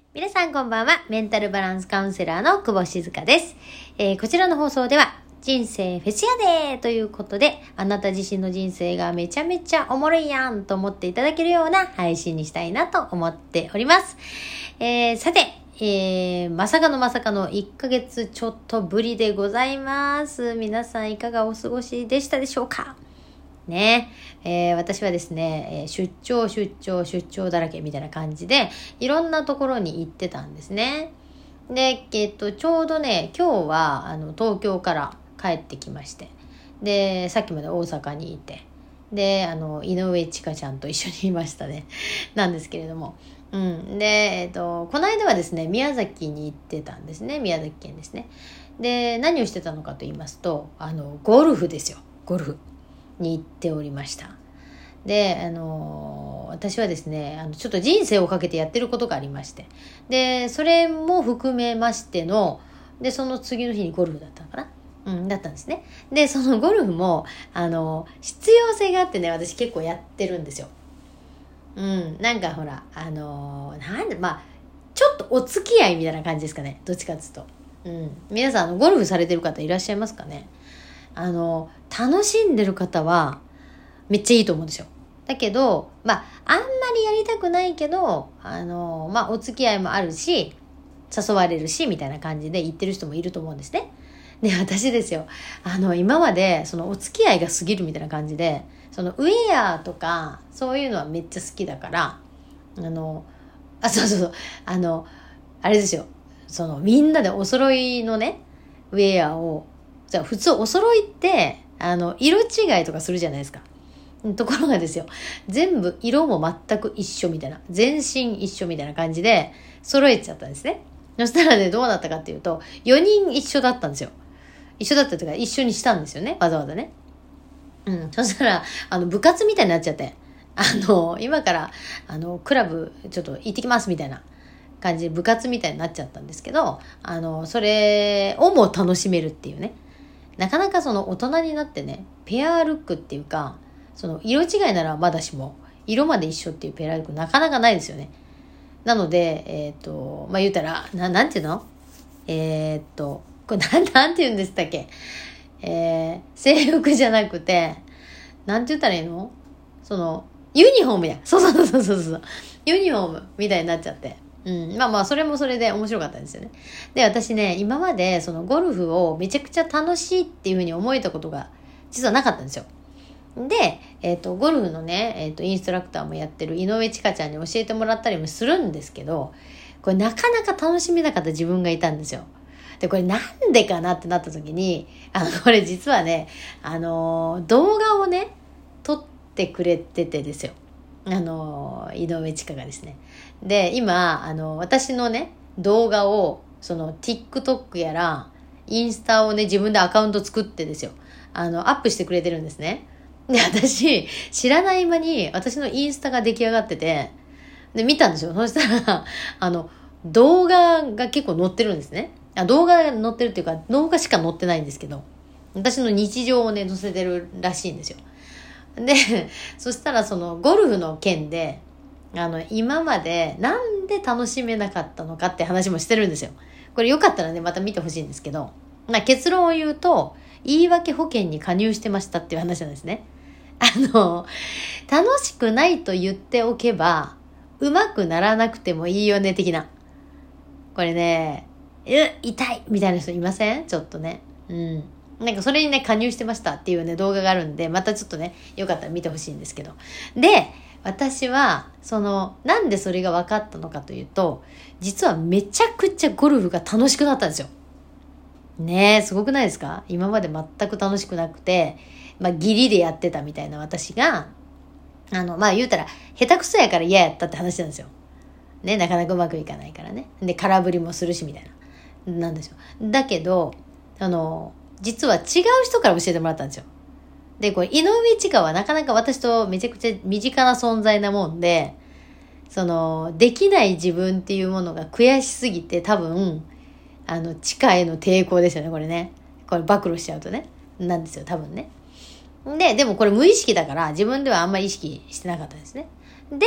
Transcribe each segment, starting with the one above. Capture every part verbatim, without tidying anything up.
皆さんこんばんは。メンタルバランスカウンセラーの久保静香です。えー、こちらの放送では人生フェスやでーということで、あなた自身の人生がめちゃめちゃおもろいやんと思っていただけるような配信にしたいなと思っております。えー、さて、えー、まさかのまさかのいっかげつちょっとぶりでございます。皆さんいかがお過ごしでしたでしょうかね。えー、私はですね、出張出張出張だらけみたいな感じでいろんなところに行ってたんですね。で、えっとちょうどね、今日はあの東京から帰ってきまして、でさっきまで大阪にいて、であの井上千佳ちゃんと一緒にいましたね。なんですけれども、うん、でえっとこの間はですね、宮崎に行ってたんですね。宮崎県ですね。で何をしてたのかと言いますと、あのゴルフですよ。ゴルフに行っておりました。で、あのー、私はですね、あのちょっと人生をかけてやってることがありまして、でそれも含めましての、でその次の日にゴルフだったのかな、うん、だったんですね。でそのゴルフもあの必要性があってね、私結構やってるんですよ。うん、なんかほらあのー、なんでまあちょっとお付き合いみたいな感じですかね、どっちかっていうと。うん、皆さんあのゴルフされてる方いらっしゃいますかね。あの楽しんでる方はめっちゃいいと思うんですよ。だけどまああんまりやりたくないけど、あのまあお付き合いもあるし誘われるしみたいな感じで行ってる人もいると思うんですね。で私ですよ、あの今までそのお付き合いが過ぎるみたいな感じで、そのウェアとかそういうのはめっちゃ好きだから、あのあそうそうそうあのあれですよ、そのみんなでお揃いのねウェアを、じゃあ普通お揃いってあの色違いとかするじゃないですか。ところがですよ、全部色も全く一緒みたいな、全身一緒みたいな感じで揃えちゃったんですね。そしたらね、どうなったかっていうと、よにん一緒だったんですよ。一緒だったというか一緒にしたんですよね、わざわざね。うん、そしたらあの部活みたいになっちゃって、あの今からあのクラブちょっと行ってきますみたいな感じで部活みたいになっちゃったんですけど、あのそれをも楽しめるっていうね。なかなかその大人になってね、ペアルックっていうか、その色違いならまだしも色まで一緒っていうペアルックなかなかないですよね。なのでえっ、ー、とまあ言うたらななんていうのえっ、ー、とこれなんなんて言うんでしたっけ、えー、制服じゃなくてなんて言ったらいいの、そのユニフォームや、そうそうそうそうそうユニフォームみたいになっちゃって、うん、まあまあそれもそれで面白かったんですよね。で私ね、今までそのゴルフをめちゃくちゃ楽しいっていうふうに思えたことが実はなかったんですよ。で、えーと、ゴルフのね、えーと、インストラクターもやってる井上千佳ちゃんに教えてもらったりもするんですけど、これなかなか楽しめなかった自分がいたんですよ。でこれなんでかなってなった時に、あのこれ実はね、あのー、動画をね撮ってくれててですよ、あの井上千佳がですね。で今あの私のね動画をその TikTok やらインスタをね自分でアカウント作ってですよ、あのアップしてくれてるんですね。で私知らない間に私のインスタが出来上がってて、で見たんですよ。そしたらあの動画が結構載ってるんですね。あ動画が載ってるっていうか動画しか載ってないんですけど、私の日常をね載せてるらしいんですよ。でそしたらそのゴルフの件で、あの今までなんで楽しめなかったのかって話もしてるんですよ。これよかったらねまた見てほしいんですけど、まあ、結論を言うと言い訳保険に加入してましたっていう話なんですね。あの楽しくないと言っておけばうまくならなくてもいいよね的な、これねう痛いみたいな人いません？ちょっとね、うんなんかそれにね加入してましたっていうね動画があるんで、またちょっとねよかったら見てほしいんですけど、で私はそのなんでそれが分かったのかというと、実はめちゃくちゃゴルフが楽しくなったんですよね。えすごくないですか？今まで全く楽しくなくて、まあギリでやってたみたいな私が、あのまあ言うたら下手くそやから嫌やったって話なんですよね。なかなかうまくいかないからね。で空振りもするしみたいななんですよ。だけどあの実は違う人から教えてもらったんですよ。でこれ井上千佳はなかなか私とめちゃくちゃ身近な存在なもんで、そのできない自分っていうものが悔しすぎて、多分あの千佳への抵抗ですよねこれね。これ暴露しちゃうとねなんですよ多分ね。ででもこれ無意識だから自分ではあんまり意識してなかったですね。で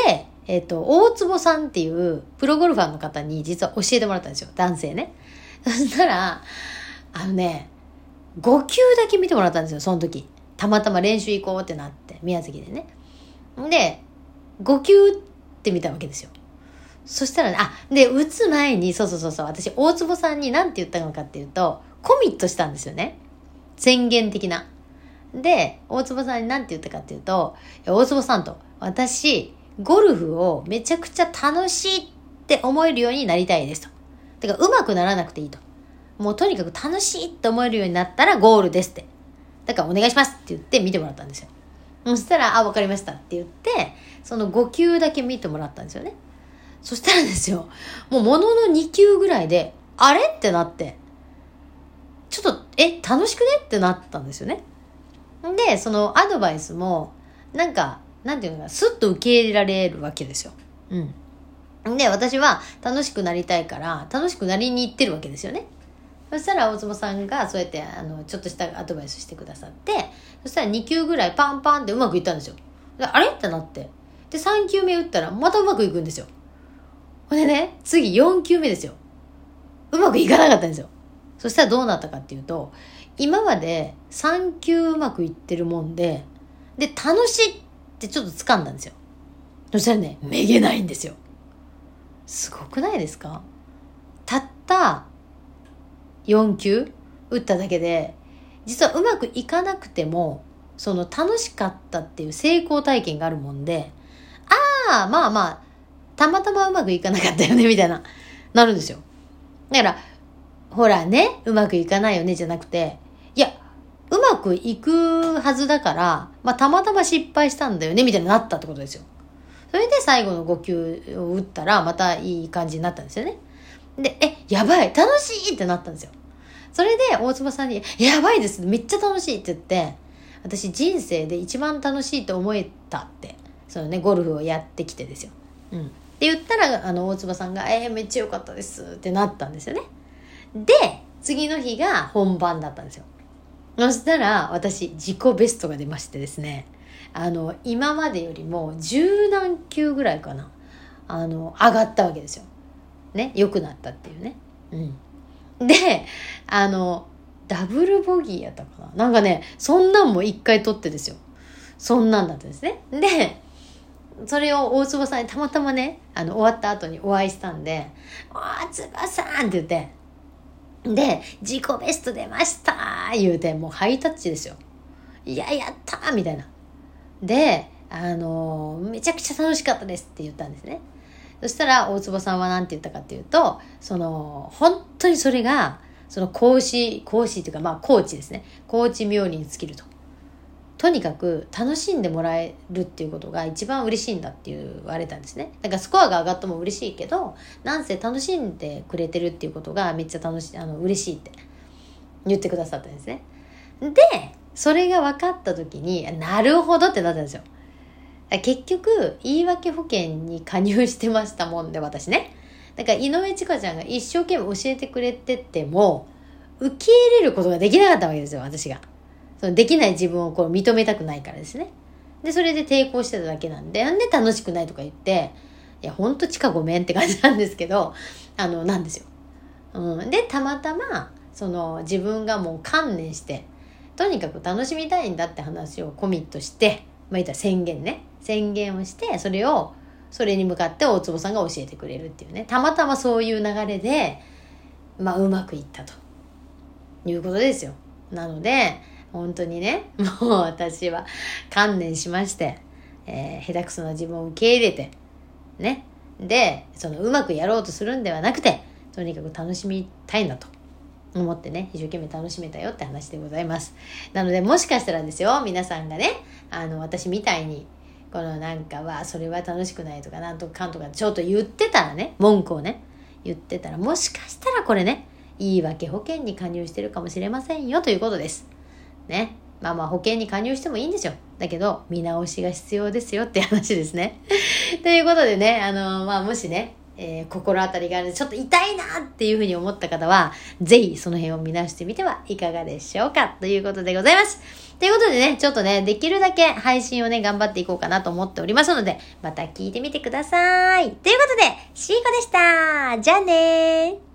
えっと、大坪さんっていうプロゴルファーの方に実は教えてもらったんですよ。男性ね。そしたら、あのね、ごきゅうだけ見てもらったんですよ、その時。たまたま練習行こうってなって、宮崎でね。で、ごきゅうって見たわけですよ。そしたらね、あ、で、打つ前に、そうそうそうそう、私、大坪さんに何て言ったのかっていうと、コミットしたんですよね。宣言的な。で、大坪さんに何て言ったかっていうと、大坪さんと、私、ゴルフをめちゃくちゃ楽しいって思えるようになりたいですと。てか、上手くならなくていいと。もうとにかく楽しいって思えるようになったらゴールですって。だからお願いしますって言って見てもらったんですよ。そしたら、あ、わかりましたって言って、そのごきゅうだけ見てもらったんですよね。そしたらですよ、もうもののにきゅうぐらいで、あれってなって、ちょっと、え、楽しくねってなったんですよね。で、そのアドバイスも、なんか、なんていうのか、スッと受け入れられるわけですよ。うん。で、私は楽しくなりたいから、楽しくなりに行ってるわけですよね。そしたら大坪さんがそうやってあのちょっとしたアドバイスしてくださって、そしたらにきゅうぐらいパンパンってうまくいったんですよ。であれってなって、でさんきゅうめ打ったらまたうまくいくんですよ。ほんでね、次よんきゅうめですよ。うまくいかなかったんですよ。そしたらどうなったかっていうと、今までさんきゅううまくいってるもんで、で楽しいってちょっと掴んだんですよ。そしたらね、めげないんですよ。すごくないですか？たったよんきゅう打っただけで、実はうまくいかなくても、その楽しかったっていう成功体験があるもんで、ああ、まあまあ、たまたまうまくいかなかったよね、みたいな、なるんですよ。だから、ほらね、うまくいかないよね、じゃなくて、いや、うまくいくはずだから、まあたまたま失敗したんだよね、みたいになったってことですよ。それで最後のごきゅうを打ったら、またいい感じになったんですよね。で、え、やばい、楽しいってなったんですよ。それで大坪さんに、やばいです、めっちゃ楽しいって言って、私人生で一番楽しいと思えたって、そのね、ゴルフをやってきてですよ。うん。って言ったら、あの、大坪さんが、えー、めっちゃ良かったですってなったんですよね。で、次の日が本番だったんですよ。そしたら、私、自己ベストが出ましてですね、あの、今までよりも十何球ぐらいかな、あの、上がったわけですよ。ね、良くなったっていうね。うん。で、あの、ダブルボギーやったかな。なんかね、そんなんも一回取ってですよ。そんなんだったんですね。で、それを大坪さんにたまたまね、あの、終わった後にお会いしたんで、大坪さんって言って、で、自己ベスト出ました言うて、もうハイタッチですよ。いや、やったーみたいな。で、あのー、めちゃくちゃ楽しかったですって言ったんですね。そしたら大坪さんは何て言ったかっていうと、その本当にそれがその講師講師というか、まあコーチですね、コーチ冥利に尽きると。とにかく楽しんでもらえるっていうことが一番嬉しいんだって言われたんですね。だからスコアが上がっても嬉しいけど、なんせ楽しんでくれてるっていうことがめっちゃ楽しい、あの嬉しいって言ってくださったんですね。で、それが分かった時に、なるほどってなったんですよ。結局言い訳保険に加入してましたもんで、私ね。だから井上千佳ちゃんが一生懸命教えてくれてても受け入れることができなかったわけですよ、私が。そのできない自分をこう認めたくないからですね。でそれで抵抗してただけなんで、なんで楽しくないとか言って、いやほんと千佳ごめんって感じなんですけど、あのなんですよ。うん、でたまたまその自分がもう観念して、とにかく楽しみたいんだって話をコミットして、まあ言ったら宣言ね。宣言をして、それを、それに向かって大坪さんが教えてくれるっていうね。たまたまそういう流れで、まあうまくいったということですよ。なので、本当にね、もう私は観念しまして、えー、下手くそな自分を受け入れて、ね。で、そのうまくやろうとするんではなくて、とにかく楽しみたいんだと。思ってね、一生懸命楽しめたよって話でございます。なのでもしかしたらですよ、皆さんがね、あの私みたいにこのなんかはそれは楽しくないとかなんとかかんとかちょっと言ってたらね、文句をね言ってたら、もしかしたらこれね、言い訳保険に加入してるかもしれませんよということですね。まあまあ保険に加入してもいいんですよ。だけど見直しが必要ですよって話ですね。ということでね、あのまあもしね、ええー、心当たりがあるので、ちょっと痛いなっていうふうに思った方は、ぜひその辺を見直してみてはいかがでしょうかということでございます。ということでね、ちょっとね、できるだけ配信をね、頑張っていこうかなと思っておりますので、また聞いてみてください。ということで、シーコでした。じゃあねー。